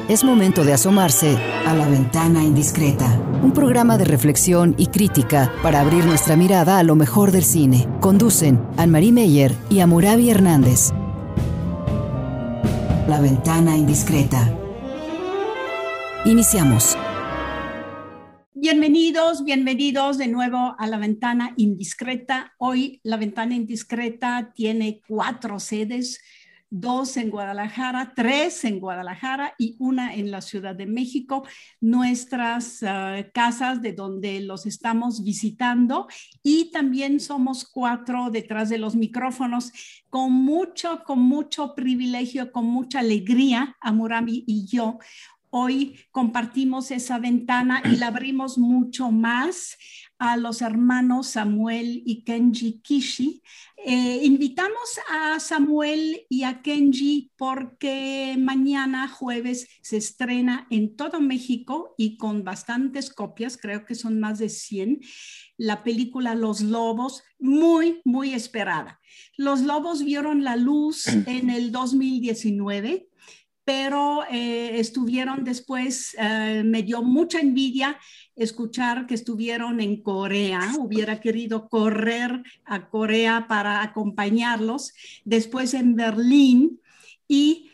Es momento de asomarse a La Ventana Indiscreta, un programa de reflexión y crítica para abrir nuestra mirada a lo mejor del cine. Conducen Anne-Marie Meyer y Amurabi Hernández. La Ventana Indiscreta. Iniciamos. Bienvenidos de nuevo a La Ventana Indiscreta. Hoy La Ventana Indiscreta tiene 4 sedes, 2 en Guadalajara, 3 en Guadalajara y 1 en la Ciudad de México, nuestras casas de donde los estamos visitando, y también somos 4 detrás de los micrófonos con mucho privilegio, con mucha alegría. Amurabi y yo hoy compartimos esa ventana y la abrimos mucho más a los hermanos Samuel y Kenji Kishi. Invitamos a Samuel y a Kenji porque mañana jueves se estrena en todo México y con bastantes copias, creo que son más de 100, la película Los Lobos, muy esperada. Los Lobos vieron la luz en el 2019, pero estuvieron después, me dio mucha envidia escuchar que estuvieron en Corea. Hubiera querido correr a Corea para acompañarlos, después en Berlín y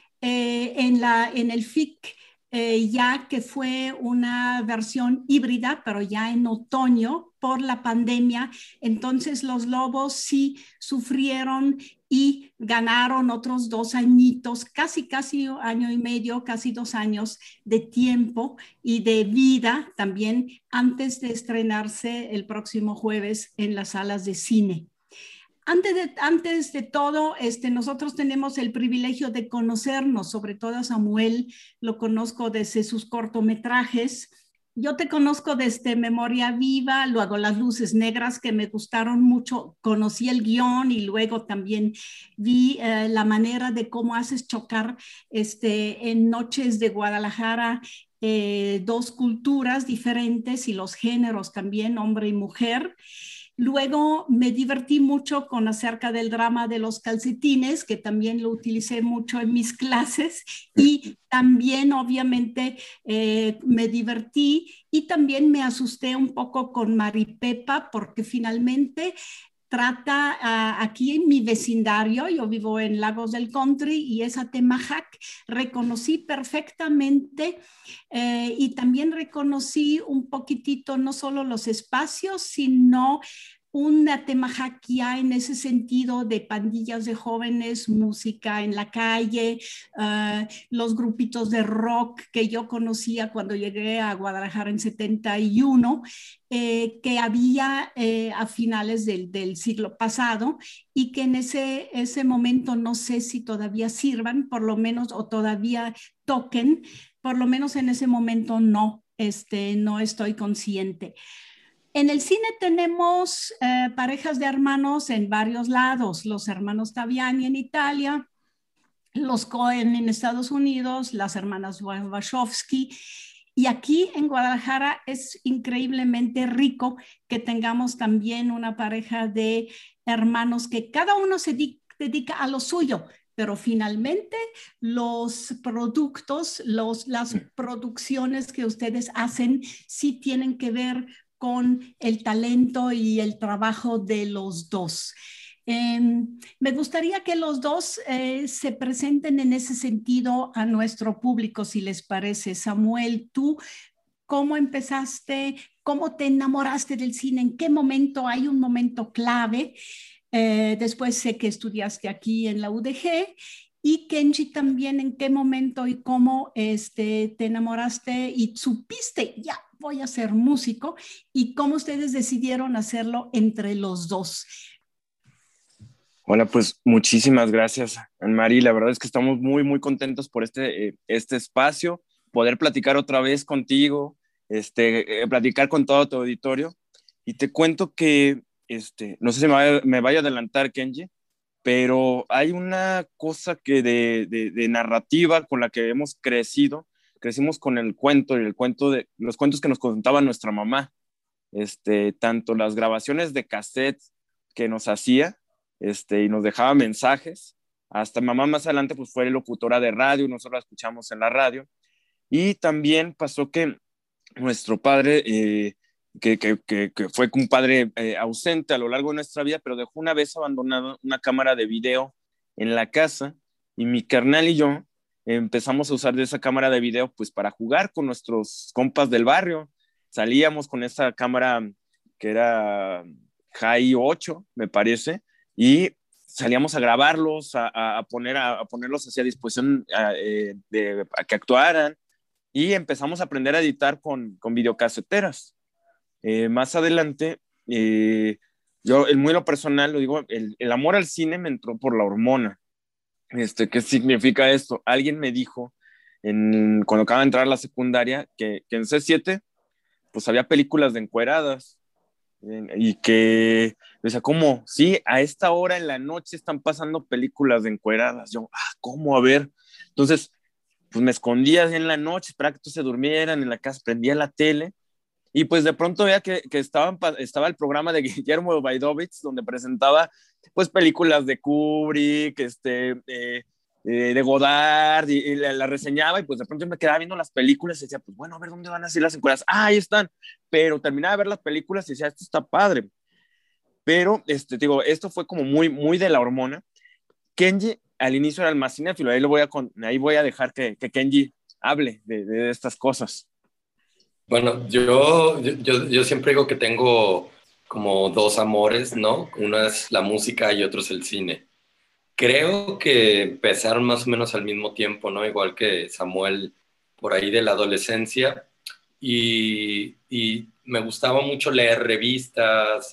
en el FIC, ya que fue una versión híbrida, pero ya en otoño por la pandemia. Entonces los Lobos sí sufrieron y ganaron otros 2 añitos, casi año y medio, casi 2 años de tiempo y de vida también antes de estrenarse el próximo jueves en las salas de cine. Antes de todo, nosotros tenemos el privilegio de conocernos, sobre todo a Samuel, lo conozco desde sus cortometrajes. Yo te conozco desde Memoria Viva, luego Las Luces Negras, que me gustaron mucho. Conocí el guión y luego también vi la manera de cómo haces chocar en Noches de Guadalajara 2 culturas diferentes y los géneros también, hombre y mujer. Luego me divertí mucho con acerca del drama de los calcetines, que también lo utilicé mucho en mis clases, y también obviamente me divertí y también me asusté un poco con Maripepa, porque finalmente trata aquí en mi vecindario. Yo vivo en Lagos del Country y es Atemajac. Reconocí perfectamente y también reconocí un poquitito no solo los espacios, sino una Atemajaquia en ese sentido de pandillas de jóvenes, música en la calle, los grupitos de rock que yo conocía cuando llegué a Guadalajara en 71, que había a finales del siglo pasado y que en ese momento no sé si todavía sirvan, por lo menos, o todavía toquen, por lo menos en ese momento no, no estoy consciente. En el cine tenemos parejas de hermanos en varios lados, los hermanos Taviani en Italia, los Cohen en Estados Unidos, las hermanas Wachowski. Y aquí en Guadalajara es increíblemente rico que tengamos también una pareja de hermanos que cada uno se dedica a lo suyo, pero finalmente los productos, las producciones que ustedes hacen sí tienen que ver con el talento y el trabajo de los dos. Me gustaría que los dos se presenten en ese sentido a nuestro público, si les parece. Samuel, tú, ¿cómo empezaste? ¿Cómo te enamoraste del cine? ¿En qué momento? Hay un momento clave. Después sé que estudiaste aquí en la UDG. Y Kenji también, ¿en qué momento y cómo te enamoraste y supiste, ya voy a ser músico? ¿Y cómo ustedes decidieron hacerlo entre los dos? Hola, pues muchísimas gracias, Anne-Marie. La verdad es que estamos muy contentos por este espacio, poder platicar otra vez contigo, platicar con todo tu auditorio. Y te cuento que, no sé si me vaya a adelantar, Kenji, pero hay una cosa que de narrativa con la que hemos crecido. Crecimos con el cuento y los cuentos que nos contaba nuestra mamá. Tanto las grabaciones de cassette que nos hacía, y nos dejaba mensajes, hasta mamá más adelante pues fue locutora de radio, nosotros la escuchamos en la radio, Y también pasó que nuestro padre, que fue un padre ausente a lo largo de nuestra vida, pero dejó una vez abandonada una cámara de video en la casa, y mi carnal y yo empezamos a usar de esa cámara de video pues para jugar con nuestros compas del barrio. Salíamos con esa cámara que era High 8, me parece, y salíamos a grabarlos, a ponerlos hacia disposición a que actuaran, y empezamos a aprender a editar con videocaseteras. Más adelante, yo, en muy lo personal, lo digo, el amor al cine me entró por la hormona. ¿Qué significa esto? Alguien me dijo, cuando acaba de entrar a la secundaria, que en C7 pues había películas de encueradas, y que, o sea, ¿cómo? Sí, a esta hora en la noche están pasando películas de encueradas. Yo, ¿cómo? A ver. Entonces, pues me escondía en la noche, esperaba que todos se durmieran en la casa, prendía la tele, y pues de pronto veía que estaba el programa de Guillermo Baidovitz, donde presentaba pues películas de Kubrick, de Godard, y la reseñaba, y pues de pronto yo me quedaba viendo las películas y decía, pues bueno, a ver dónde van a ser las encuestas. Ahí están. Pero terminaba de ver las películas y decía, esto está padre. Pero, digo, esto fue como muy, muy de la hormona. Kenji al inicio era el más cinéfilo, ahí voy a dejar que Kenji hable de estas cosas. Bueno, yo siempre digo que tengo como dos amores, ¿no? Uno es la música y otro es el cine. Creo que empezaron más o menos al mismo tiempo, ¿no? Igual que Samuel, por ahí de la adolescencia. Y me gustaba mucho leer revistas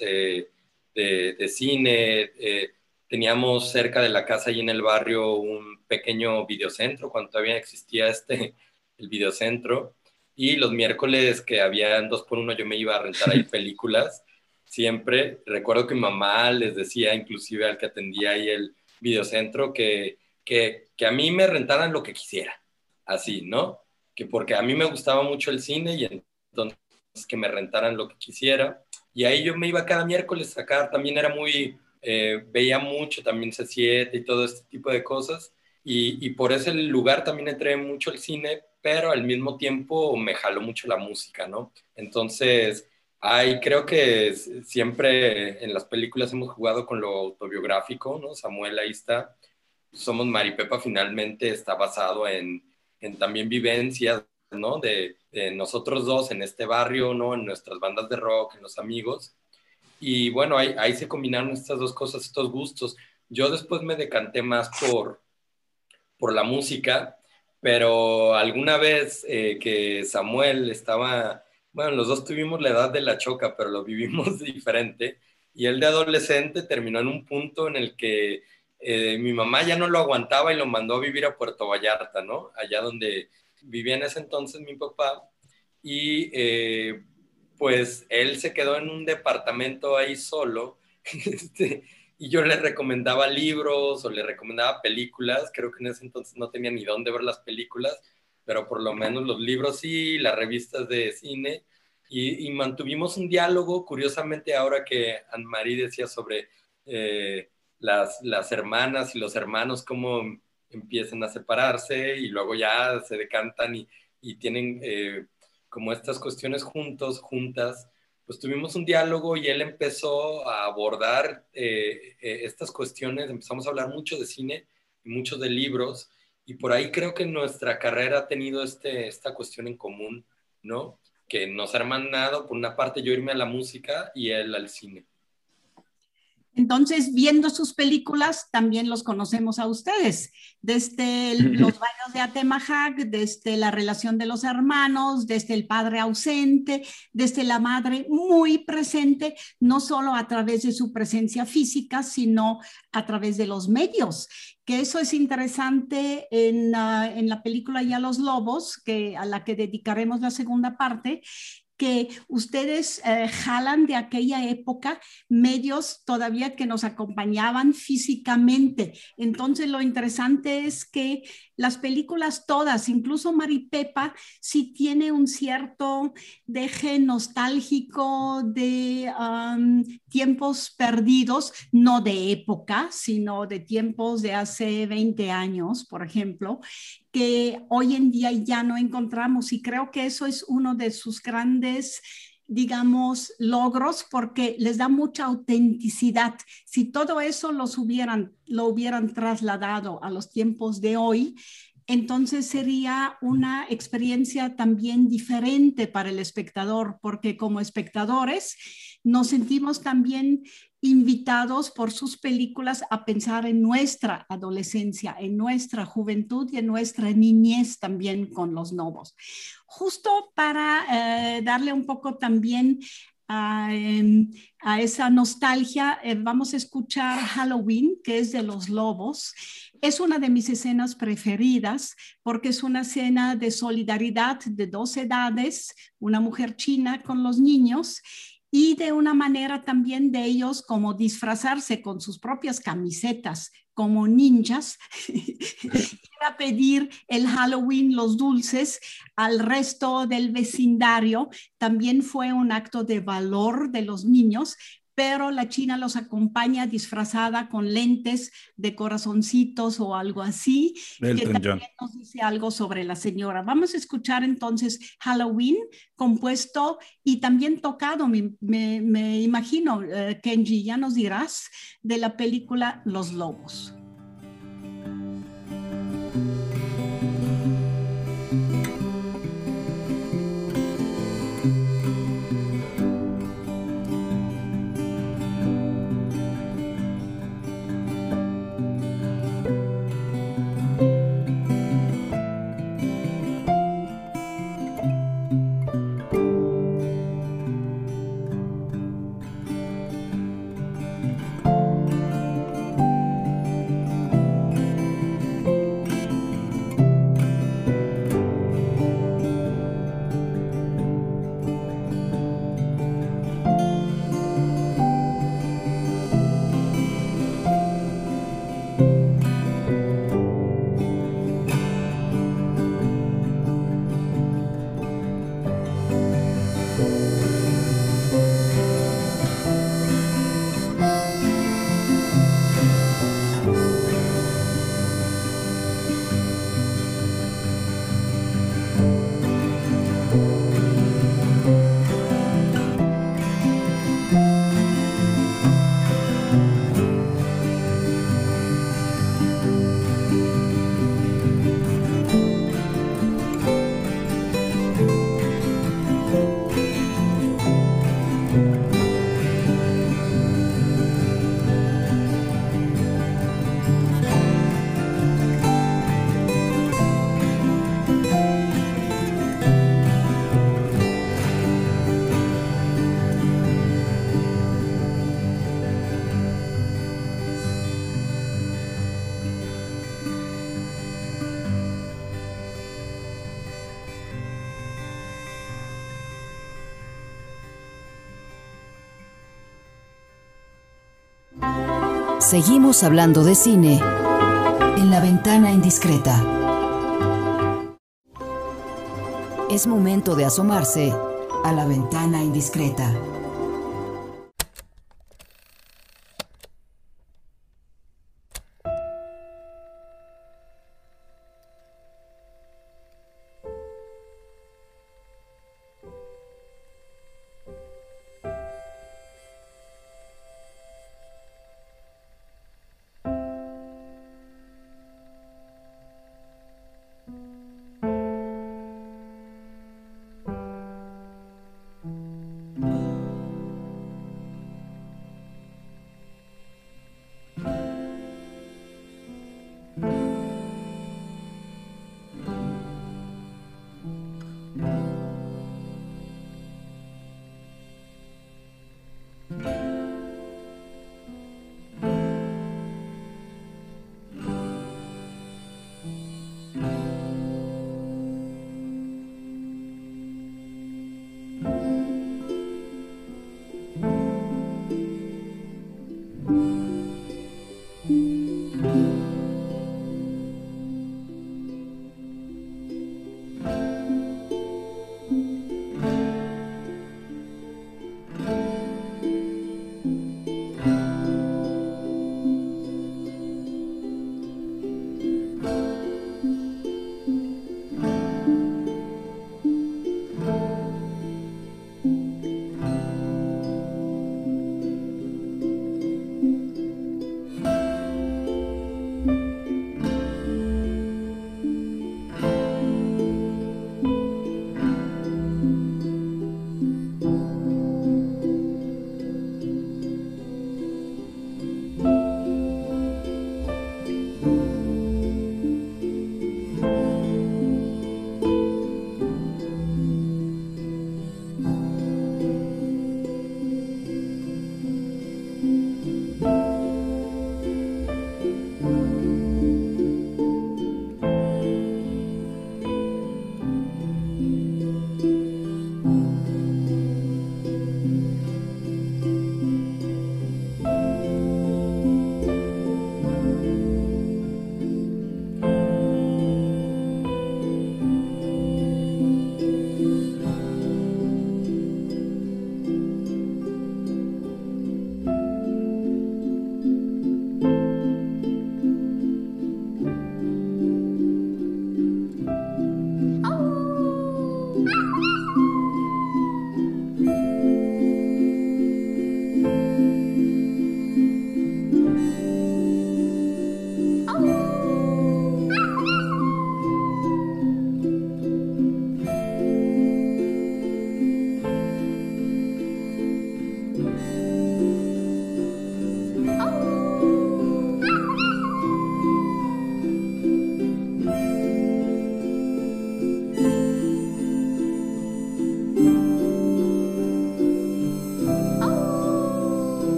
de cine. Teníamos cerca de la casa y en el barrio un pequeño videocentro, cuando todavía existía el videocentro. Y los miércoles que habían 2x1 yo me iba a rentar ahí películas. Siempre recuerdo que mi mamá les decía, inclusive al que atendía ahí el videocentro, que a mí me rentaran lo que quisiera, así, ¿no? Que porque a mí me gustaba mucho el cine y entonces que me rentaran lo que quisiera. Y ahí yo me iba cada miércoles a sacar, también era muy, veía mucho también C7 y todo este tipo de cosas. Y por ese lugar también entré mucho al cine, pero al mismo tiempo me jaló mucho la música, ¿no? Entonces, creo que siempre en las películas hemos jugado con lo autobiográfico, ¿no? Samuel, ahí está. Somos Maripepa, finalmente está basado en también vivencias, ¿no? De nosotros dos en este barrio, ¿no? En nuestras bandas de rock, en los amigos. Y bueno, ahí se combinaron estas dos cosas, estos gustos. Yo después me decanté más por la música, pero alguna vez que Samuel estaba, bueno, los dos tuvimos la edad de la choca, pero lo vivimos diferente, y él de adolescente terminó en un punto en el que mi mamá ya no lo aguantaba y lo mandó a vivir a Puerto Vallarta, ¿no? Allá donde vivía en ese entonces mi papá, y pues él se quedó en un departamento ahí solo, y yo le recomendaba libros o le recomendaba películas. Creo que en ese entonces no tenía ni dónde ver las películas, pero por lo menos los libros sí, las revistas de cine, y mantuvimos un diálogo. Curiosamente, ahora que Anne-Marie decía sobre las hermanas y los hermanos, cómo empiezan a separarse y luego ya se decantan y tienen como estas cuestiones juntas, pues tuvimos un diálogo y él empezó a abordar estas cuestiones. Empezamos a hablar mucho de cine y mucho de libros, y por ahí creo que nuestra carrera ha tenido esta cuestión en común, ¿no? Que nos ha hermanado, por una parte yo irme a la música y él al cine. Entonces, viendo sus películas, también los conocemos a ustedes, desde los baños de Atemajac, desde la relación de los hermanos, desde el padre ausente, desde la madre muy presente, no solo a través de su presencia física, sino a través de los medios. Que eso es interesante en la película Ya los Lobos, a la que dedicaremos la segunda parte, que ustedes jalan de aquella época medios todavía que nos acompañaban físicamente. Entonces, lo interesante es que las películas todas, incluso Maripepa, sí tiene un cierto deje nostálgico de tiempos perdidos, no de época, sino de tiempos de hace 20 años, por ejemplo, que hoy en día ya no encontramos. Y creo que eso es uno de sus grandes, digamos, logros, porque les da mucha autenticidad. Si todo eso lo hubieran trasladado a los tiempos de hoy, entonces sería una experiencia también diferente para el espectador, porque como espectadores nos sentimos también invitados por sus películas a pensar en nuestra adolescencia, en nuestra juventud y en nuestra niñez también con los Novos. Justo para darle un poco también a esa nostalgia, vamos a escuchar Halloween, que es de los Lobos. Es una de mis escenas preferidas porque es una escena de solidaridad de dos edades, una mujer china con los niños y de una manera también de ellos como disfrazarse con sus propias camisetas como ninjas, ir a pedir el Halloween, los dulces al resto del vecindario. También fue un acto de valor de los niños, pero la china los acompaña disfrazada con lentes de corazoncitos o algo así, que también nos dice algo sobre la señora. Vamos a escuchar entonces Halloween, compuesto y también tocado, me imagino, Kenji, ya nos dirás, de la película Los Lobos. Seguimos hablando de cine en La Ventana Indiscreta. Es momento de asomarse a La Ventana Indiscreta.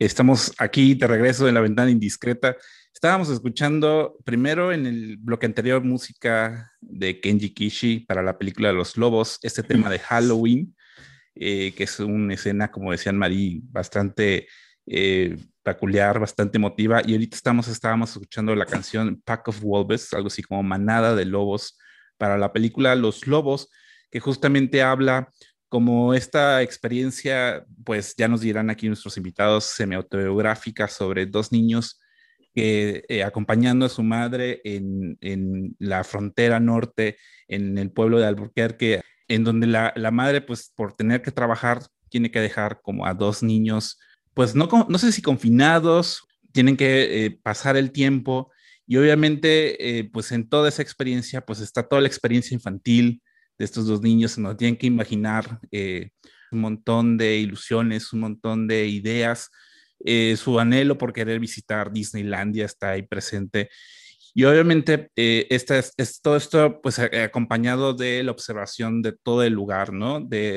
Estamos aquí de regreso en La Ventana Indiscreta. Estábamos escuchando primero en el bloque anterior música de Kenji Kishi para la película Los Lobos, este tema de Halloween, que es una escena, como decían Marí, bastante peculiar, bastante emotiva. Y ahorita estábamos escuchando la canción Pack of Wolves, algo así como Manada de Lobos, para la película Los Lobos, que justamente habla como esta experiencia, pues ya nos dirán aquí nuestros invitados, semi-autobiográfica sobre dos niños que acompañando a su madre en la frontera norte, en el pueblo de Albuquerque, en donde la madre, pues por tener que trabajar, tiene que dejar como a dos niños, pues no sé si confinados, tienen que pasar el tiempo y obviamente, pues en toda esa experiencia, pues está toda la experiencia infantil de estos dos niños, nos tienen que imaginar un montón de ilusiones, un montón de ideas, su anhelo por querer visitar Disneylandia está ahí presente. Y obviamente todo esto pues acompañado de la observación de todo el lugar, ¿no?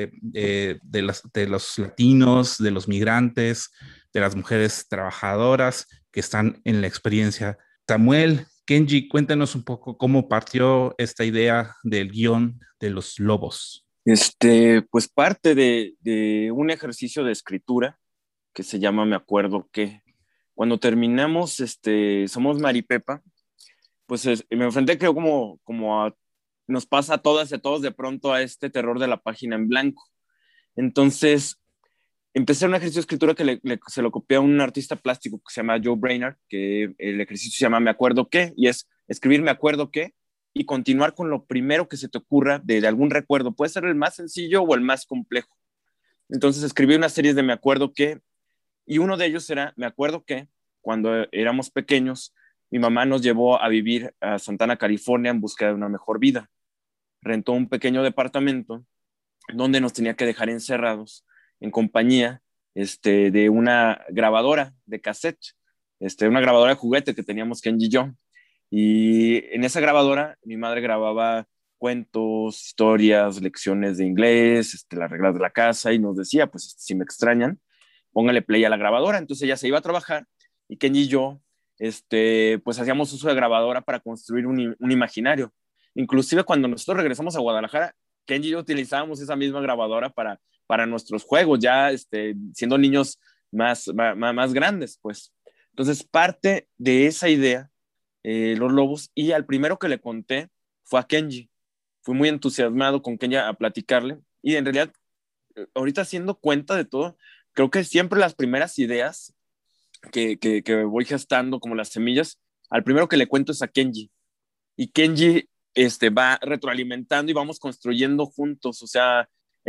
De los latinos, de los migrantes, de las mujeres trabajadoras que están en la experiencia. Samuel, Kenji, cuéntanos un poco cómo partió esta idea del guión de Los Lobos. Pues parte de un ejercicio de escritura que se llama Me acuerdo que. Cuando terminamos, Somos Maripepa, pues me enfrenté, creo, nos pasa a todas y a todos de pronto a este terror de la página en blanco. Entonces, empecé un ejercicio de escritura que se lo copié a un artista plástico que se llama Joe Brainard, que el ejercicio se llama Me acuerdo qué, y es escribir Me acuerdo qué y continuar con lo primero que se te ocurra de algún recuerdo. Puede ser el más sencillo o el más complejo. Entonces escribí una serie de Me acuerdo qué, y uno de ellos era Me acuerdo que cuando éramos pequeños, mi mamá nos llevó a vivir a Santana, California, en busca de una mejor vida. Rentó un pequeño departamento donde nos tenía que dejar encerrados en compañía de una grabadora de cassette, una grabadora de juguete que teníamos Kenji y yo. Y en esa grabadora mi madre grababa cuentos, historias, lecciones de inglés, las reglas de la casa, y nos decía, pues si me extrañan, póngale play a la grabadora. Entonces ella se iba a trabajar y Kenji y yo pues hacíamos uso de grabadora para construir un imaginario. Inclusive cuando nosotros regresamos a Guadalajara, Kenji y yo utilizábamos esa misma grabadora para nuestros juegos, ya siendo niños más grandes, pues. Entonces, parte de esa idea, Los Lobos, y al primero que le conté fue a Kenji. Fui muy entusiasmado con Kenji a platicarle, y en realidad, ahorita haciendo cuenta de todo, creo que siempre las primeras ideas que voy gestando como las semillas, al primero que le cuento es a Kenji. Y Kenji va retroalimentando y vamos construyendo juntos. O sea,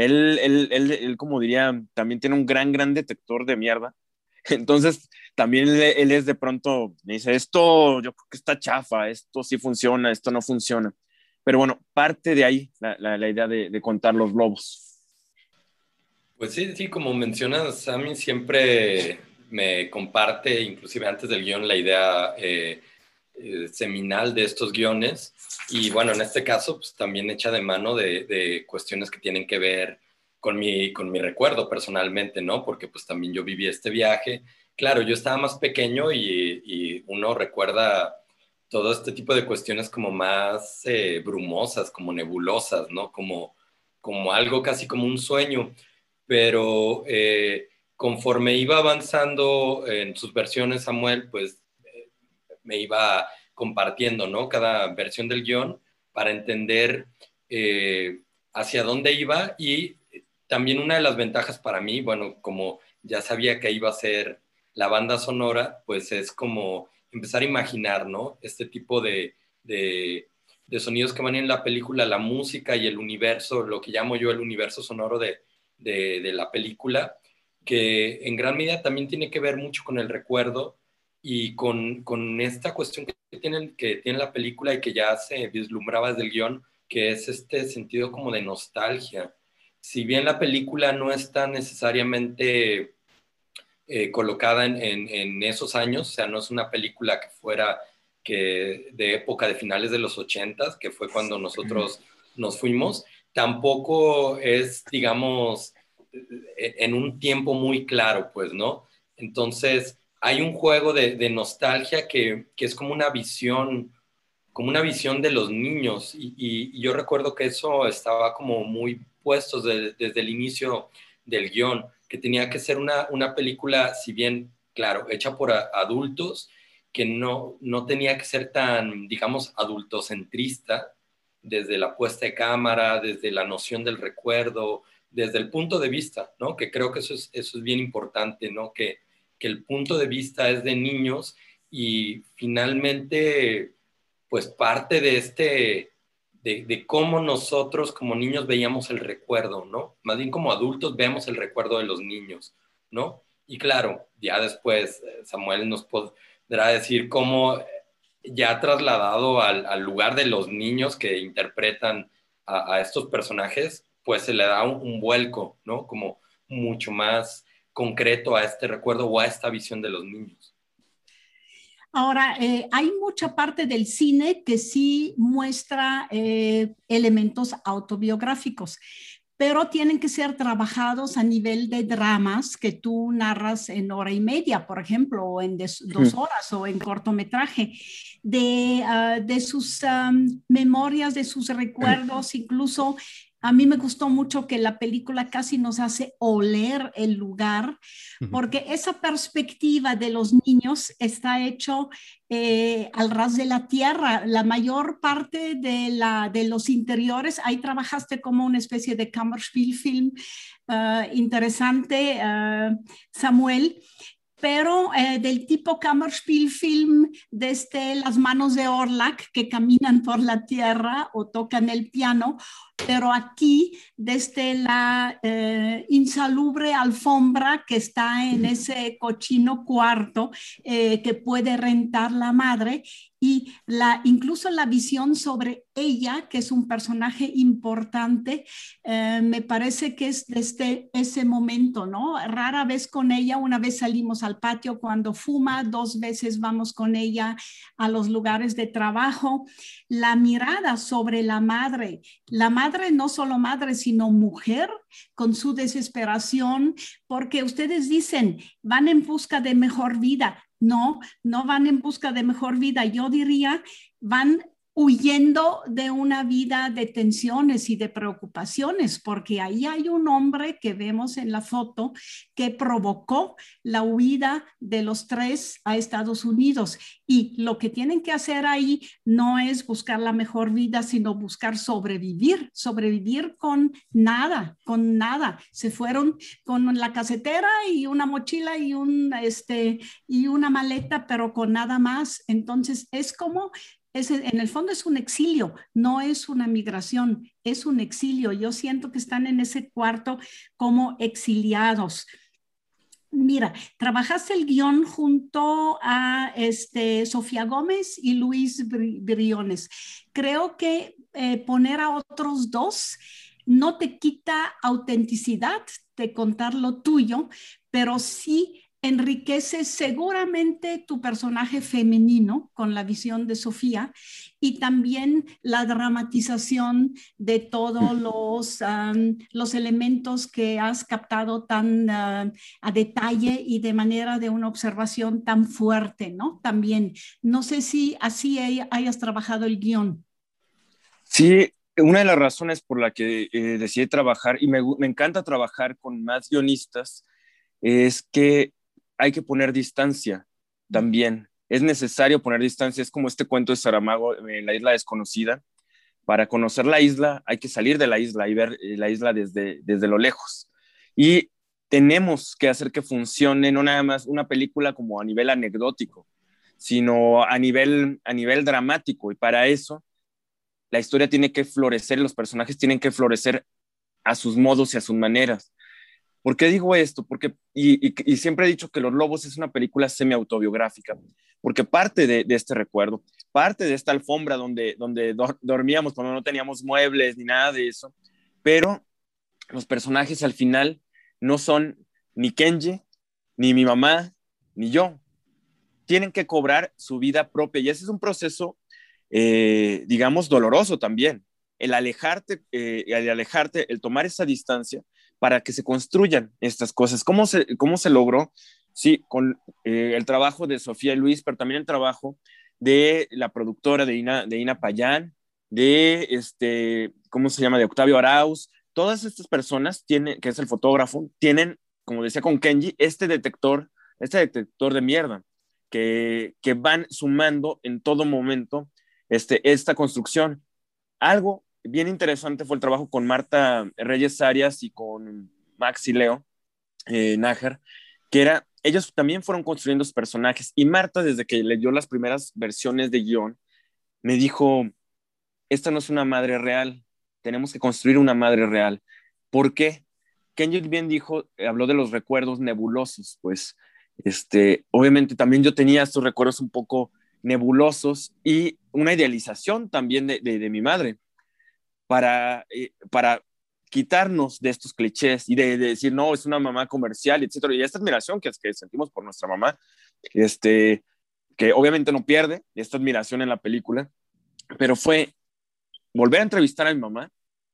él, como diría, también tiene un gran detector de mierda. Entonces, también él es de pronto, me dice, esto yo creo que está chafa, esto sí funciona, esto no funciona. Pero bueno, parte de ahí la idea de contar Los Lobos. Pues sí, como mencionas, Sammy siempre me comparte, inclusive antes del guión, la idea seminal de estos guiones. Y bueno, en este caso, pues también hecha de mano de cuestiones que tienen que ver con mi recuerdo personalmente, ¿no? Porque pues también yo viví este viaje. Claro, yo estaba más pequeño y uno recuerda todo este tipo de cuestiones como más brumosas, como nebulosas, ¿no? Como algo casi como un sueño. Pero conforme iba avanzando en sus versiones, Samuel, pues me iba compartiendo, ¿no? Cada versión del guión para entender hacia dónde iba, y también una de las ventajas para mí, bueno, como ya sabía que iba a ser la banda sonora, pues es como empezar a imaginar, ¿no? Este tipo de sonidos que van en la película, la música y el universo, lo que llamo yo el universo sonoro de la película, que en gran medida también tiene que ver mucho con el recuerdo y con esta cuestión que tiene la película y que ya se vislumbraba desde el guión, que es este sentido como de nostalgia. Si bien la película no está necesariamente colocada en esos años, o sea, no es una película que fuera de época de finales de los 80s, que fue cuando nosotros nos fuimos, tampoco es, digamos, en un tiempo muy claro, pues, ¿no? Entonces, hay un juego de nostalgia que es como una visión de los niños. Y yo recuerdo que eso estaba como muy puesto desde el inicio del guión, que tenía que ser una película, si bien, claro, hecha por adultos, que no tenía que ser tan, digamos, adultocentrista, desde la puesta de cámara, desde la noción del recuerdo, desde el punto de vista, ¿no? Que creo que eso es bien importante, ¿no? Que el punto de vista es de niños y finalmente, pues parte de cómo nosotros como niños veíamos el recuerdo, ¿no? Más bien como adultos vemos el recuerdo de los niños, ¿no? Y claro, ya después Samuel nos podrá decir cómo ya trasladado al lugar de los niños que interpretan a estos personajes, pues se le da un vuelco, ¿no? Como mucho más concreto a este recuerdo o a esta visión de los niños. Ahora, hay mucha parte del cine que sí muestra elementos autobiográficos, pero tienen que ser trabajados a nivel de dramas que tú narras en hora y media, por ejemplo, o en 2 horas o en cortometraje, de sus memorias, de sus recuerdos, incluso. A mí me gustó mucho que la película casi nos hace oler el lugar, porque esa perspectiva de los niños está hecho al ras de la tierra. La mayor parte de los interiores, ahí trabajaste como una especie de Kammerspielfilm interesante, Samuel, pero del tipo Kammerspielfilm, desde las manos de Orlac que caminan por la tierra o tocan el piano, pero aquí desde la insalubre alfombra que está en ese cochino cuarto que puede rentar la madre, y incluso la visión sobre ella, que es un personaje importante, me parece que es desde ese momento, ¿no? Rara vez con ella, una vez salimos al patio cuando fuma, 2 veces vamos con ella a los lugares de trabajo. La mirada sobre la madre no solo madre, sino mujer, con su desesperación, porque ustedes dicen, van en busca de mejor vida. No van en busca de mejor vida. Yo diría, van huyendo de una vida de tensiones y de preocupaciones, porque ahí hay un hombre que vemos en la foto que provocó la huida de los 3 a Estados Unidos. Y lo que tienen que hacer ahí no es buscar la mejor vida, sino buscar sobrevivir con nada. Se fueron con la casetera y una mochila y una maleta, pero con nada más. Entonces es como, en el fondo es un exilio, no es una migración, es un exilio. Yo siento que están en ese cuarto como exiliados. Mira, trabajaste el guión junto a Sofía Gómez y Luis Briones. Creo que poner a otros 2 no te quita autenticidad de contar lo tuyo, pero sí enriquece seguramente tu personaje femenino con la visión de Sofía, y también la dramatización de todos los elementos que has captado tan a detalle y de manera de una observación tan fuerte, ¿no? También, no sé si así hayas trabajado el guión. Sí, una de las razones por la que decidí trabajar, y me encanta trabajar con más guionistas, es que hay que poner distancia también. Es necesario poner distancia. Es como este cuento de Saramago, La isla desconocida. Para conocer la isla hay que salir de la isla y ver la isla desde lo lejos. Y tenemos que hacer que funcione no nada más una película como a nivel anecdótico, sino a nivel dramático. Y para eso la historia tiene que florecer, los personajes tienen que florecer a sus modos y a sus maneras. ¿Por qué digo esto? Porque, y siempre he dicho que Los Lobos es una película semi-autobiográfica, porque parte de este recuerdo, parte de esta alfombra donde dormíamos cuando no teníamos muebles ni nada de eso, pero los personajes al final no son ni Kenji, ni mi mamá, ni yo. Tienen que cobrar su vida propia, y ese es un proceso, digamos, doloroso también. El alejarte, el tomar esa distancia para que se construyan estas cosas. ¿Cómo se logró? Sí, con el trabajo de Sofía y Luis, pero también el trabajo de la productora de Ina Payán, de ¿cómo se llama? De Octavio Arauz. Todas estas personas tienen, que es el fotógrafo, tienen, como decía con Kenji, este detector de mierda, que van sumando en todo momento esta construcción. Algo bien interesante fue el trabajo con Marta Reyes Arias y con Max y Leo Nájar, que era, ellos también fueron construyendo sus personajes, y Marta, desde que leyó las primeras versiones de guión, me dijo, esta no es una madre real, tenemos que construir una madre real. ¿Por qué? Kenji bien dijo, habló de los recuerdos nebulosos, pues, obviamente también yo tenía estos recuerdos un poco nebulosos y una idealización también de mi madre para quitarnos de estos clichés y de decir, no, es una mamá comercial, etcétera. Y esta admiración que sentimos por nuestra mamá, que obviamente no pierde esta admiración en la película, pero fue volver a entrevistar a mi mamá,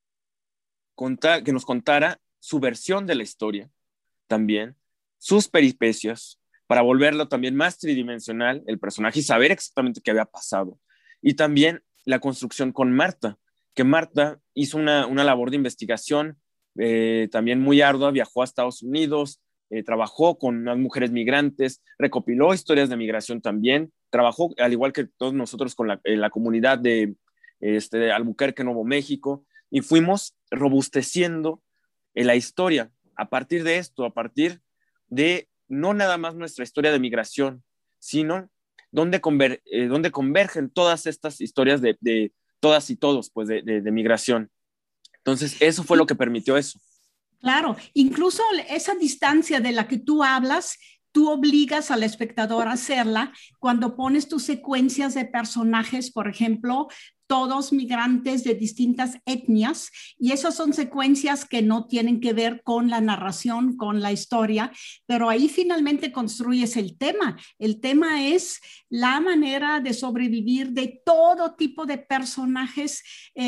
que nos contara su versión de la historia también, sus peripecias, para volverlo también más tridimensional, el personaje, y saber exactamente qué había pasado. Y también la construcción con Marta, que Marta hizo una labor de investigación también muy ardua, viajó a Estados Unidos, trabajó con unas mujeres migrantes, recopiló historias de migración también, trabajó al igual que todos nosotros con la comunidad de Albuquerque, Nuevo México, y fuimos robusteciendo la historia a partir de esto, a partir de no nada más nuestra historia de migración, sino donde convergen todas estas historias de todas y todos, pues de migración. Entonces, eso fue lo que permitió eso. Claro, incluso esa distancia de la que tú hablas, tú obligas al espectador a hacerla cuando pones tus secuencias de personajes, por ejemplo, todos migrantes de distintas etnias, y esas son secuencias que no tienen que ver con la narración, con la historia, pero ahí finalmente construyes el tema. El tema es la manera de sobrevivir de todo tipo de personajes,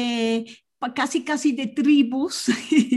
casi de tribus,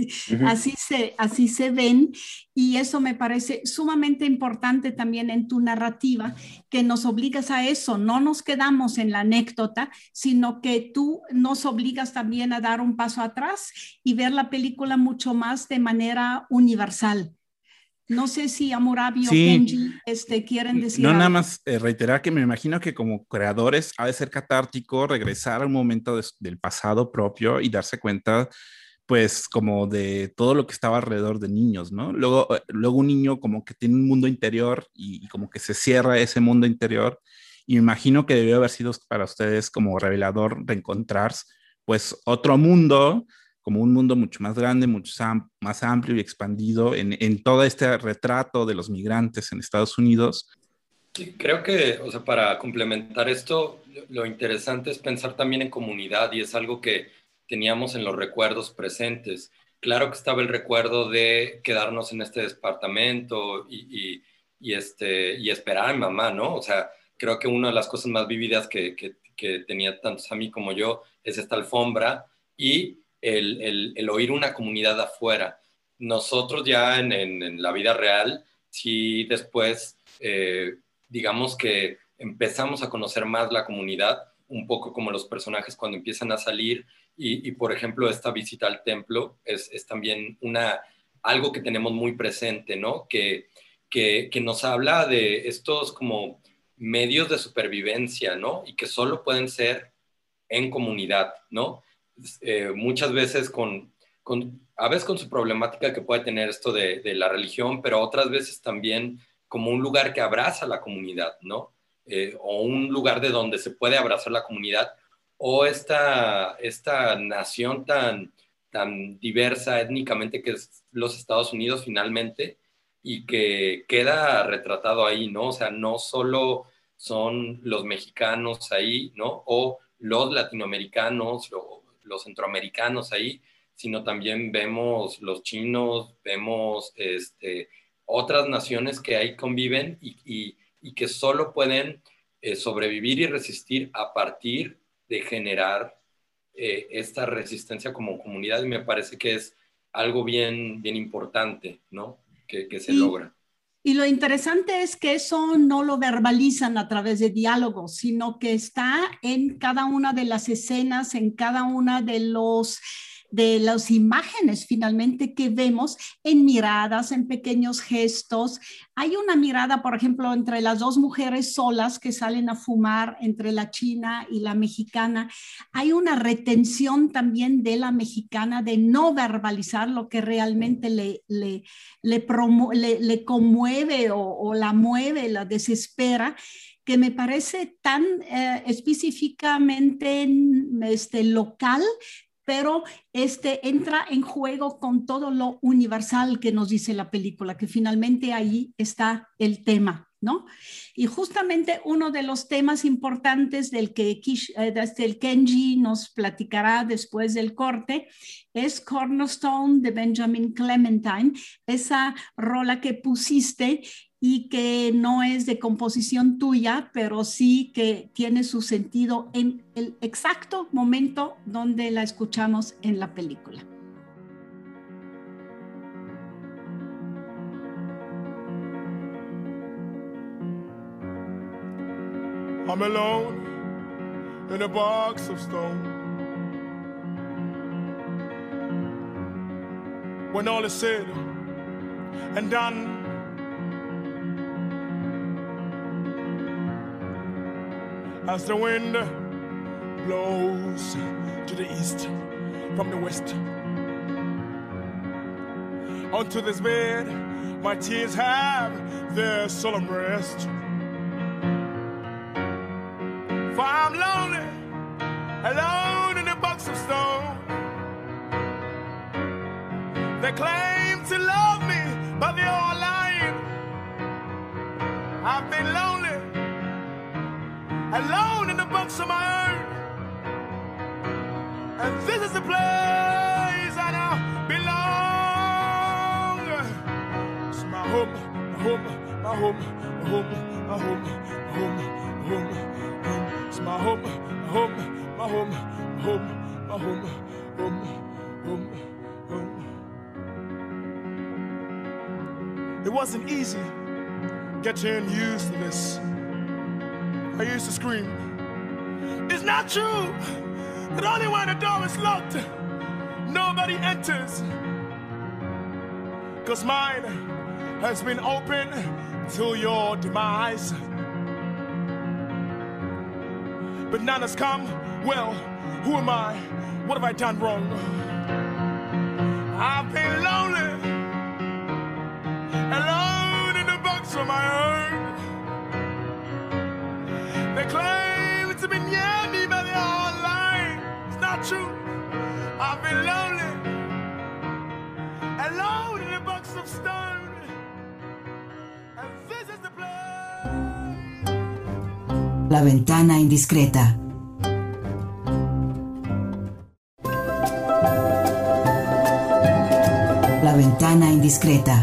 así se ven, y eso me parece sumamente importante también en tu narrativa, que nos obligas a eso, no nos quedamos en la anécdota, sino que tú nos obligas también a dar un paso atrás y ver la película mucho más de manera universal. No sé si Hammurabi o Kenji quieren decir no, algo. nada más reiterar que me imagino que como creadores ha de ser catártico regresar a un momento del pasado propio y darse cuenta, pues, como de todo lo que estaba alrededor de niños, ¿no? Luego un niño como que tiene un mundo interior y como que se cierra ese mundo interior, y me imagino que debió haber sido para ustedes como revelador reencontrarse, pues, otro mundo, como un mundo mucho más grande, mucho más amplio y expandido en todo este retrato de los migrantes en Estados Unidos. Sí, creo que, o sea, para complementar esto, lo interesante es pensar también en comunidad, y es algo que teníamos en los recuerdos presentes. Claro que estaba el recuerdo de quedarnos en este departamento y esperar a mi mamá, ¿no? O sea, creo que una de las cosas más vívidas que tenía tantos a mí como yo es esta alfombra y el oír una comunidad afuera. Nosotros ya en la vida real, sí después, digamos que empezamos a conocer más la comunidad, un poco como los personajes cuando empiezan a salir, y por ejemplo esta visita al templo es también algo que tenemos muy presente, ¿no? Que nos habla de estos como medios de supervivencia, ¿no? Y que solo pueden ser en comunidad, ¿no? Muchas veces a veces con su problemática que puede tener esto de la religión, pero otras veces también como un lugar que abraza a la comunidad, ¿no? O un lugar de donde se puede abrazar la comunidad, o esta nación tan diversa étnicamente que es los Estados Unidos finalmente, y que queda retratado ahí, ¿no? O sea, no solo son los mexicanos ahí, ¿no? O los latinoamericanos, los centroamericanos ahí, sino también vemos los chinos, vemos otras naciones que ahí conviven y que solo pueden sobrevivir y resistir a partir de generar esta resistencia como comunidad, y me parece que es algo bien, bien importante, ¿no? Que se logra. Y lo interesante es que eso no lo verbalizan a través de diálogos, sino que está en cada una de las escenas, en cada una de las imágenes finalmente que vemos, en miradas, en pequeños gestos. Hay una mirada, por ejemplo, entre las dos mujeres solas que salen a fumar, entre la china y la mexicana. Hay una retención también de la mexicana de no verbalizar lo que realmente le conmueve o la mueve, la desespera, que me parece tan específicamente local, pero entra en juego con todo lo universal que nos dice la película, que finalmente ahí está el tema, ¿no? Y justamente uno de los temas importantes del que el Kenji nos platicará después del corte es Cornerstone de Benjamin Clementine, esa rola que pusiste y que no es de composición tuya, pero sí que tiene su sentido en el exacto momento donde la escuchamos en la película. I'm alone in a box of stone. When all is said and done, as the wind blows to the east from the west, onto this bed my tears have their solemn rest. For I'm lonely, alone in a box of stone. They claim to love me, but they're all lying. I've been lonely, alone in a box of my own. And this is the place I now belong. It's my home, my home, my home, my home, my home, my home, my home, home. It's my home, my home, my home, my home, my home, home, home, home. It wasn't easy getting used to this. I used to scream, it's not true that only when the door is locked, nobody enters. 'Cause mine has been open till your demise. But none has come, well, who am I? What have I done wrong? I've been lonely, alone in a box of my own. They claim to be near me, but they're all lying. It's not true. I've been lonely, alone in a box of stone. And this is the place. La ventana indiscreta. La ventana indiscreta.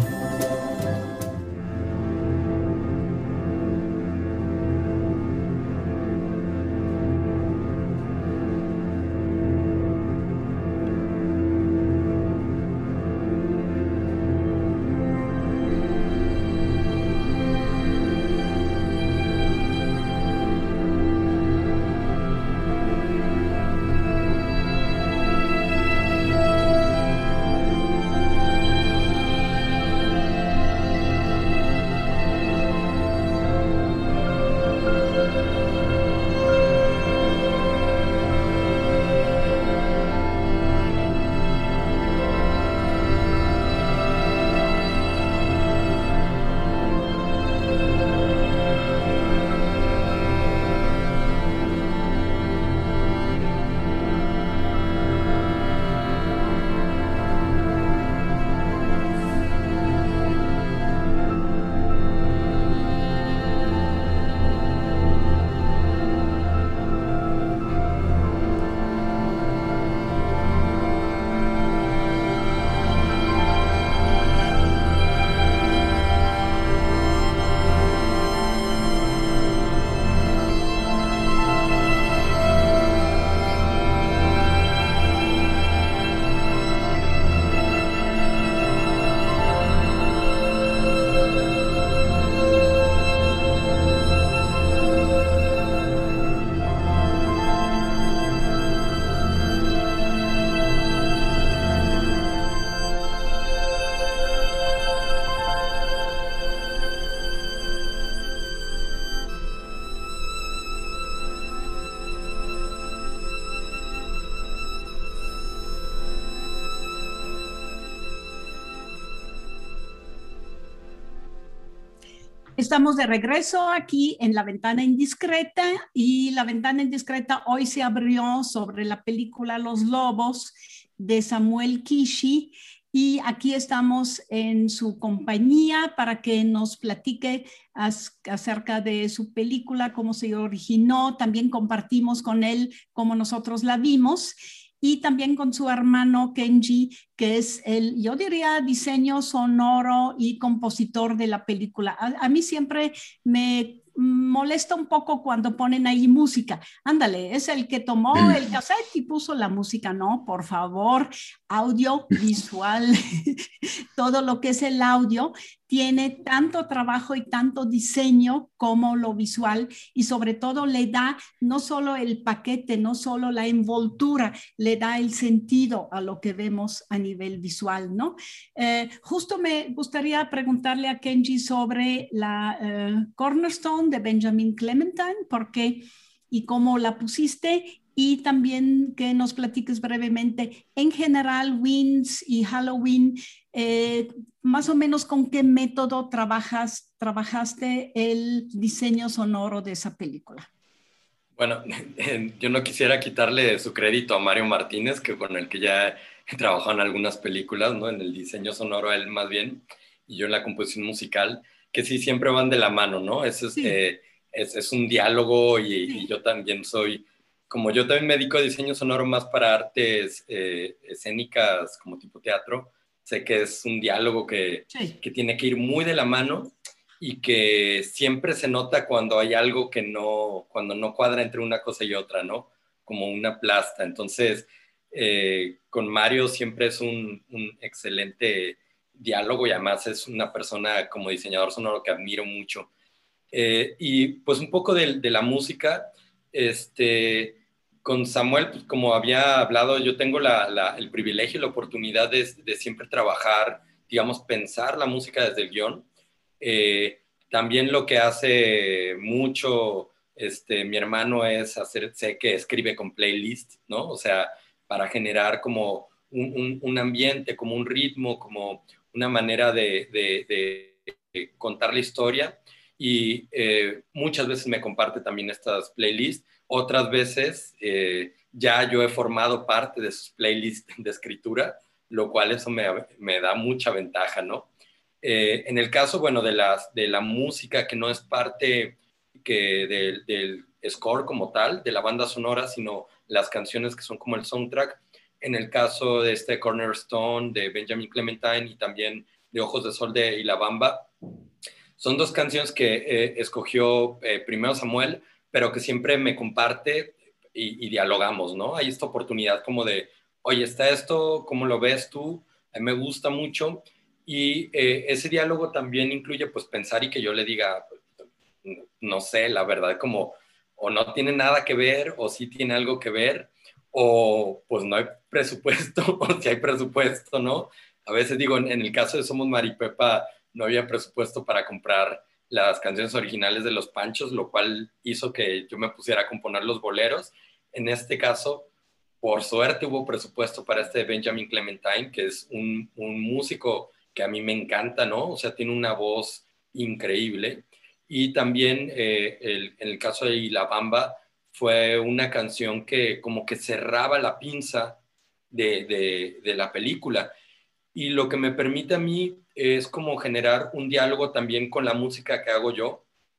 Estamos de regreso aquí en La Ventana Indiscreta y La Ventana Indiscreta hoy se abrió sobre la película Los Lobos de Samuel Kishi y aquí estamos en su compañía para que nos platique acerca de su película, cómo se originó, también compartimos con él cómo nosotros la vimos y también con su hermano Kenji, que es el, yo diría, diseño sonoro y compositor de la película. A mí siempre me molesta un poco cuando ponen ahí música. Ándale, es el que tomó el cassette y puso la música. No, por favor, audio, visual, todo lo que es el audio tiene tanto trabajo y tanto diseño como lo visual y sobre todo le da no solo el paquete, no solo la envoltura, le da el sentido a lo que vemos a nivel visual, ¿no? Justo me gustaría preguntarle a Kenji sobre la Cornerstone de Benjamin Clementine, ¿por qué y cómo la pusiste? Y también que nos platiques brevemente, en general, Wings y Halloween, más o menos con qué método trabajaste el diseño sonoro de esa película. Bueno, yo no quisiera quitarle su crédito a Mario Martínez, que con el que ya he trabajado en algunas películas, ¿no? En el diseño sonoro él más bien, y yo en la composición musical, que sí siempre van de la mano, ¿no? Sí. Es un diálogo Sí. y yo también soy, como yo también me dedico a diseño sonoro más para artes escénicas como tipo teatro, sé que es un diálogo que tiene que ir muy de la mano y que siempre se nota cuando hay algo que cuando no cuadra entre una cosa y otra, ¿no? Como una plasta. Entonces, con Mario siempre es un excelente diálogo y además es una persona como diseñador sonoro que admiro mucho. Y pues un poco de la música, con Samuel, pues, como había hablado, yo tengo el privilegio y la oportunidad de siempre trabajar, digamos, pensar la música desde el guión. También lo que hace mucho mi hermano es sé que escribe con playlist, ¿no? O sea, para generar como un ambiente, como un ritmo, como una manera de contar la historia. Y muchas veces me comparte también estas playlists. Otras veces ya yo he formado parte de sus playlists de escritura, lo cual eso me da mucha ventaja, ¿no? En el caso, bueno, de la música que no es parte del score como tal, de la banda sonora, sino las canciones que son como el soundtrack. En el caso de Cornerstone, de Benjamin Clementine y también de Ojos de Sol y La Bamba, son dos canciones que escogió primero Samuel, pero que siempre me comparte y dialogamos, ¿no? Hay esta oportunidad como de, oye, está esto, ¿cómo lo ves tú? A mí me gusta mucho. Y ese diálogo también incluye pues pensar y que yo le diga, no sé, la verdad, como o no tiene nada que ver o sí tiene algo que ver o pues no hay presupuesto o si hay presupuesto, ¿no? A veces digo, en el caso de Somos Maripepa no había presupuesto para comprar las canciones originales de Los Panchos, lo cual hizo que yo me pusiera a componer los boleros. En este caso, por suerte hubo presupuesto para Benjamin Clementine, que es un músico que a mí me encanta, ¿no? O sea, tiene una voz increíble. Y también en el caso de La Bamba fue una canción que como que cerraba la pinza de la película. Y lo que me permite a mí es como generar un diálogo también con la música que hago yo.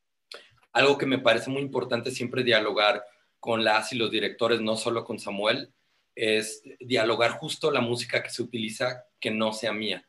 Algo que me parece muy importante siempre dialogar con las y los directores, no solo con Samuel, es dialogar justo la música que se utiliza que no sea mía.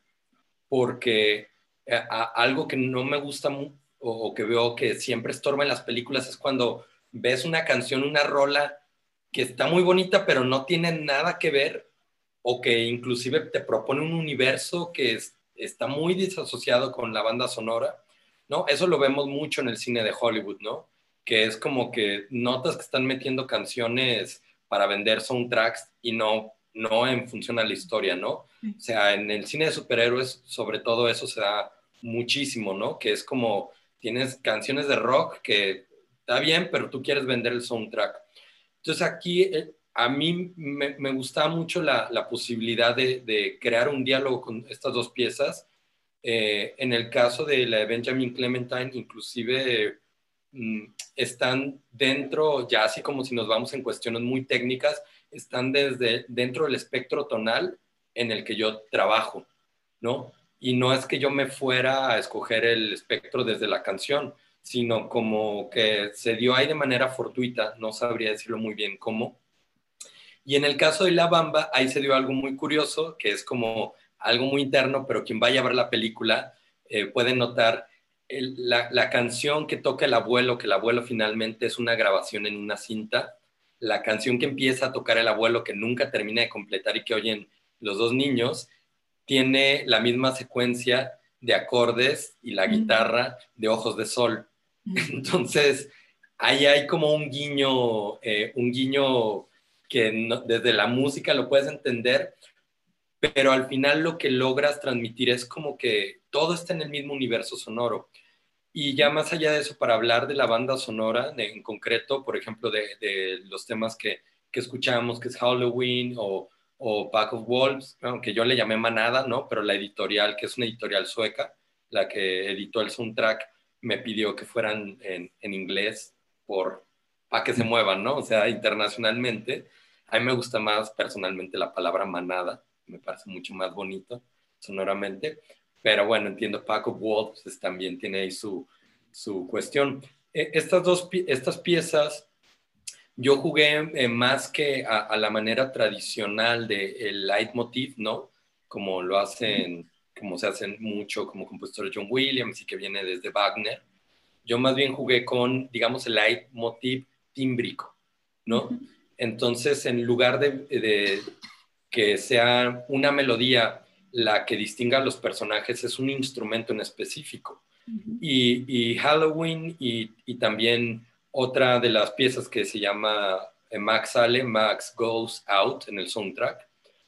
Porque algo que no me gusta o que veo que siempre estorba en las películas es cuando ves una canción, una rola que está muy bonita, pero no tiene nada que ver, o que inclusive te propone un universo que está muy desasociado con la banda sonora, ¿no? Eso lo vemos mucho en el cine de Hollywood, ¿no? Que es como que notas que están metiendo canciones para vender soundtracks y no en función a la historia, ¿no? O sea, en el cine de superhéroes, sobre todo eso se da muchísimo, ¿no? Que es como, tienes canciones de rock que está bien, pero tú quieres vender el soundtrack. Entonces aquí a mí me gustaba mucho la posibilidad de crear un diálogo con estas dos piezas En el caso de la de Benjamin Clementine, inclusive están dentro, ya así como si nos vamos en cuestiones muy técnicas, están dentro del espectro tonal en el que yo trabajo, ¿no? Y no es que yo me fuera a escoger el espectro desde la canción, sino como que se dio ahí de manera fortuita, no sabría decirlo muy bien cómo. Y en el caso de La Bamba, ahí se dio algo muy curioso, que es como algo muy interno, pero quien vaya a ver la película puede notar la canción que toca el abuelo, que el abuelo finalmente es una grabación en una cinta, la canción que empieza a tocar el abuelo, que nunca termina de completar y que oyen los dos niños, tiene la misma secuencia de acordes y la guitarra de Ojos de Sol. Entonces, ahí hay como un guiño que desde la música lo puedes entender, pero al final lo que logras transmitir es como que todo está en el mismo universo sonoro. Y ya más allá de eso, para hablar de la banda sonora, en concreto, por ejemplo, de los temas que escuchamos, que es Halloween o Pack of Wolves, aunque yo le llamé Manada, ¿no? Pero la editorial, que es una editorial sueca, la que editó el soundtrack, me pidió que fueran en inglés para que se muevan, ¿no? O sea, internacionalmente. A mí me gusta más personalmente la palabra manada, me parece mucho más bonito sonoramente. Pero bueno, entiendo, Pack of Wolves pues, también tiene ahí su cuestión. Estas piezas yo jugué más que a la manera tradicional del leitmotiv, ¿no? Como lo hacen, como se hacen mucho como compositor John Williams y que viene desde Wagner. Yo más bien jugué con, digamos, el leitmotiv tímbrico, ¿no? Entonces, en lugar de que sea una melodía la que distinga a los personajes, es un instrumento en específico. Y Halloween y también otra de las piezas que se llama Max Goes Out en el soundtrack,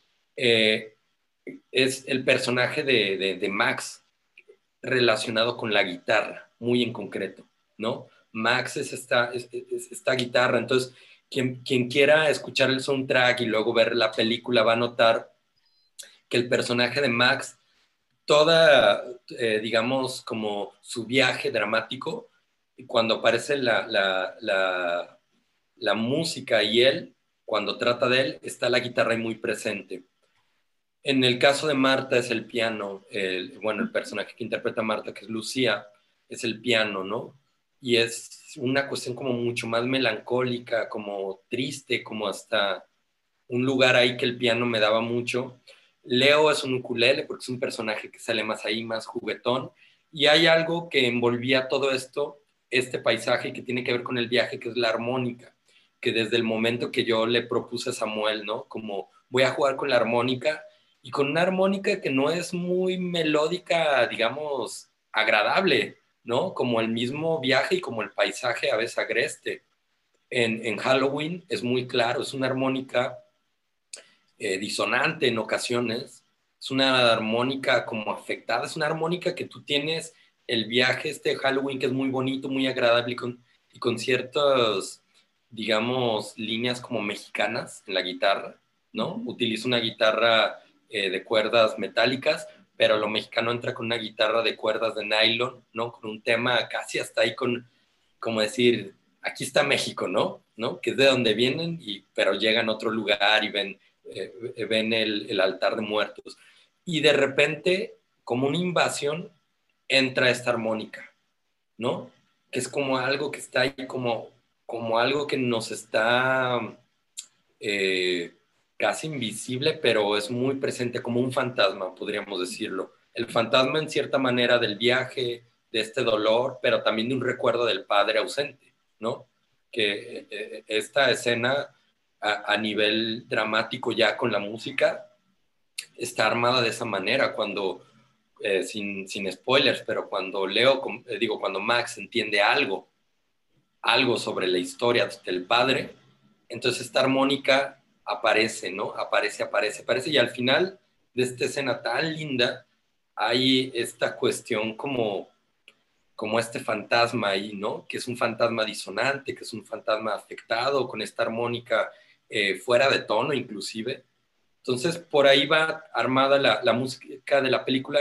es el personaje de Max relacionado con la guitarra, muy en concreto, ¿no? Max es esta guitarra, entonces quien quiera escuchar el soundtrack y luego ver la película va a notar que el personaje de Max, toda, digamos, como su viaje dramático, cuando aparece la música y él, cuando trata de él, está la guitarra ahí muy presente. En el caso de Marta es el piano, bueno, el personaje que interpreta a Marta, que es Lucía, es el piano, ¿no? Y es una cuestión como mucho más melancólica, como triste, como hasta un lugar ahí que el piano me daba mucho. Leo es un ukulele porque es un personaje que sale más ahí, más juguetón. Y hay algo que envolvía todo esto, este paisaje que tiene que ver con el viaje, que es la armónica, que desde el momento que yo le propuse a Samuel, ¿no? Como voy a jugar con la armónica y con una armónica que no es muy melódica, digamos, agradable, ¿no? Como el mismo viaje y como el paisaje a veces agreste. En Halloween es muy claro, es una armónica disonante en ocasiones, es una armónica como afectada, es una armónica que tú tienes el viaje de Halloween que es muy bonito, muy agradable y con ciertas, digamos, líneas como mexicanas en la guitarra, ¿no? Utiliza una guitarra de cuerdas metálicas, pero lo mexicano entra con una guitarra de cuerdas de nylon, ¿no? Con un tema casi hasta ahí como decir, aquí está México, ¿no? Que es de donde vienen, pero llegan a otro lugar y ven el altar de muertos. Y de repente, como una invasión, entra esta armónica, ¿no? Que es como algo que está ahí, como algo que nos está casi invisible, pero es muy presente, como un fantasma, podríamos decirlo. El fantasma en cierta manera del viaje, de este dolor, pero también de un recuerdo del padre ausente, ¿no? Que esta escena a nivel dramático ya con la música está armada de esa manera cuando, sin spoilers, pero cuando cuando Max entiende algo sobre la historia del padre, entonces esta armónica aparece, ¿no? Aparece y al final de esta escena tan linda hay esta cuestión como este fantasma ahí, ¿no? Que es un fantasma disonante, que es un fantasma afectado, con esta armónica fuera de tono inclusive. Entonces, por ahí va armada la música de la película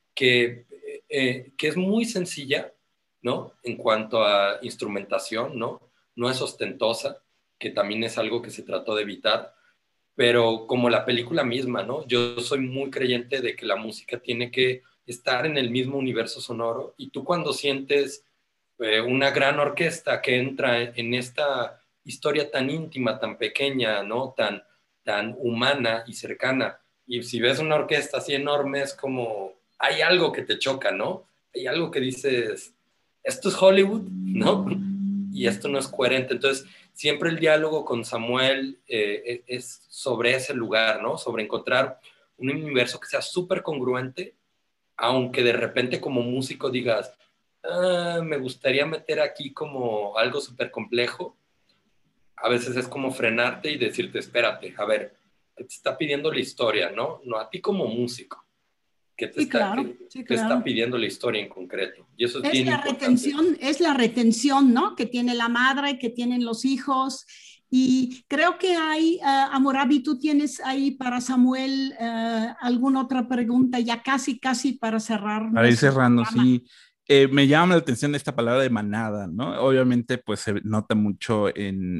que es muy sencilla, ¿no? En cuanto a instrumentación, ¿no? No es ostentosa, que también es algo que se trató de evitar, pero como la película misma, ¿no? Yo soy muy creyente de que la música tiene que estar en el mismo universo sonoro, y tú cuando sientes una gran orquesta que entra en esta historia tan íntima, tan pequeña, ¿no? Tan humana y cercana, y si ves una orquesta así enorme, es como, hay algo que te choca, ¿no? Hay algo que dices, esto es Hollywood, ¿no? Y esto no es coherente. Entonces, siempre el diálogo con Samuel es sobre ese lugar, ¿no? Sobre encontrar un universo que sea súper congruente, aunque de repente como músico digas, me gustaría meter aquí como algo súper complejo. A veces es como frenarte y decirte, espérate, a ver, ¿qué te está pidiendo la historia, no? No a ti como músico. Sí, claro, sí, ¿Qué está claro. pidiendo la historia en concreto? Y eso es Es bien la importante. es la retención, ¿no? Que tiene la madre, que tienen los hijos. Y creo que hay, Hammurabi, tú tienes ahí para Samuel alguna otra pregunta, ya casi, casi para cerrar Para ir nuestro cerrando, programa. sí. Me llama la atención esta palabra de manada, ¿no? Obviamente, pues se nota mucho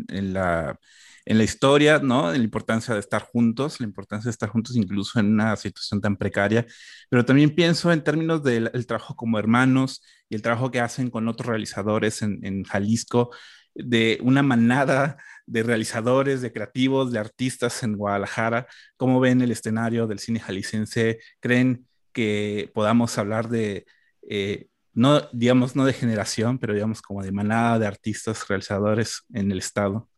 en la historia, ¿no? En la importancia de estar juntos, la importancia de estar juntos incluso en una situación tan precaria, pero también pienso en términos del el trabajo como hermanos y el trabajo que hacen con otros realizadores en Jalisco, de una manada de realizadores, de creativos, de artistas en Guadalajara. ¿Cómo ven el escenario del cine jalisciense? ¿Creen que podamos hablar de, no, digamos, no de generación, pero digamos como de manada de artistas, realizadores en el estado?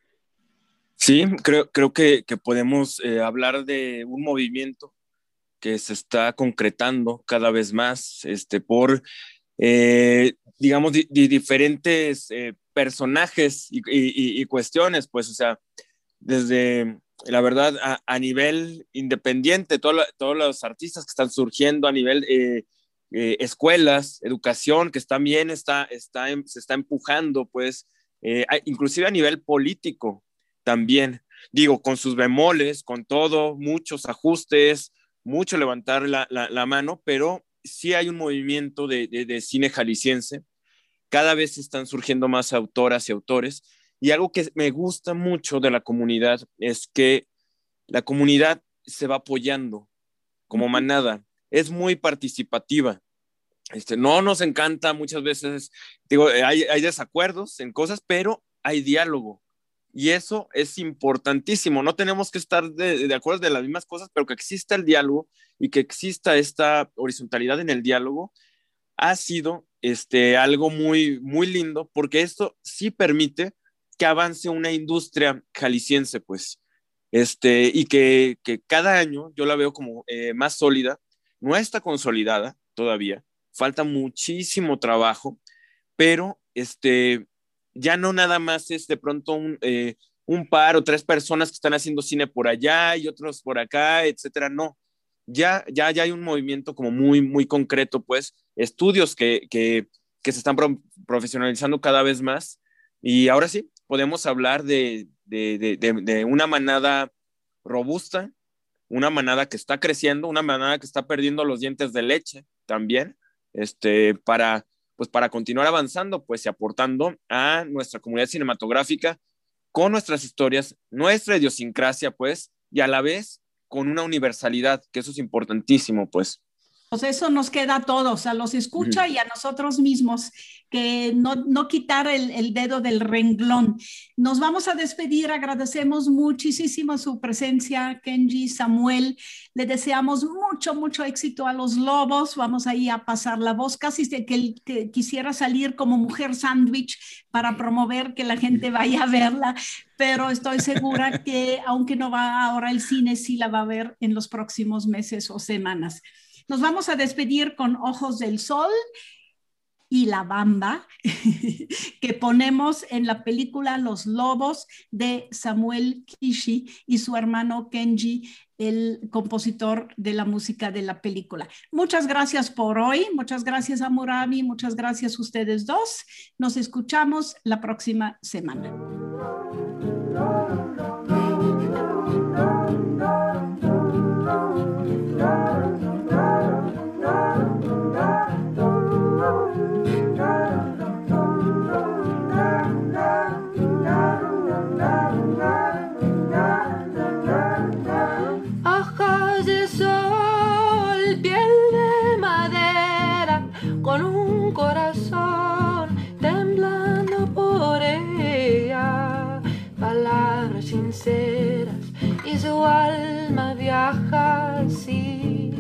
Sí, creo que podemos hablar de un movimiento que se está concretando cada vez más por, digamos, diferentes personajes y cuestiones, pues, o sea, desde, la verdad, a nivel independiente, todos los artistas que están surgiendo a nivel escuelas, educación, que también se está empujando, pues, inclusive a nivel político también, digo, con sus bemoles, con todo, muchos ajustes, mucho levantar la mano, pero sí hay un movimiento de cine jalisciense. Cada vez están surgiendo más autoras y autores, y algo que me gusta mucho de la comunidad es que la comunidad se va apoyando como manada, es muy participativa. No nos encanta muchas veces, digo, hay desacuerdos en cosas, pero hay diálogo. Y eso es importantísimo. No tenemos que estar de acuerdo de las mismas cosas, pero que exista el diálogo y que exista esta horizontalidad en el diálogo ha sido algo muy, muy lindo, porque esto sí permite que avance una industria jalisciense, pues, y que cada año yo la veo como más sólida. No está consolidada todavía, falta muchísimo trabajo, pero ya no nada más es de pronto un par o tres personas que están haciendo cine por allá y otros por acá, etcétera. No, ya hay un movimiento como muy, muy concreto, pues, estudios que se están profesionalizando cada vez más. Y ahora sí, podemos hablar de una manada robusta, una manada que está creciendo, una manada que está perdiendo los dientes de leche también, para, pues, para continuar avanzando, pues, y aportando a nuestra comunidad cinematográfica con nuestras historias, nuestra idiosincrasia, pues, y a la vez con una universalidad, que eso es importantísimo, pues. Pues eso nos queda a todos, a los escucha y a nosotros mismos, que no quitar el dedo del renglón. Nos vamos a despedir, agradecemos muchísimo su presencia, Kenji, Samuel, le deseamos mucho, mucho éxito a los Lobos, vamos ahí a pasar la voz, casi de que quisiera salir como mujer sándwich para promover que la gente vaya a verla, pero estoy segura que aunque no va ahora al cine, sí la va a ver en los próximos meses o semanas. Nos vamos a despedir con Ojos del Sol y La Bamba, que ponemos en la película Los Lobos de Samuel Kishi y su hermano Kenji, el compositor de la música de la película. Muchas gracias por hoy, muchas gracias a Hammurabi, muchas gracias a ustedes dos. Nos escuchamos la próxima semana. viaja así,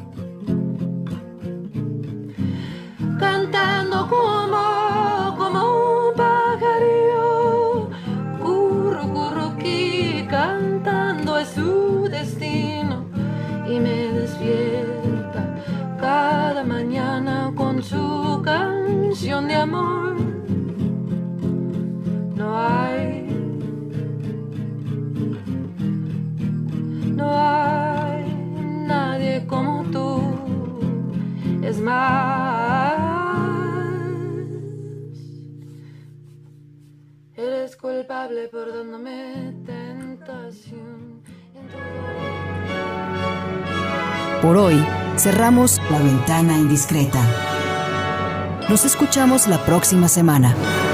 cantando como un pajarillo, curruqui, cantando es su destino, y me despierta cada mañana con su canción de amor. No hay nadie como tú, es más, eres culpable por dándome tentación. Por hoy, cerramos La Ventana Indiscreta. Nos escuchamos la próxima semana.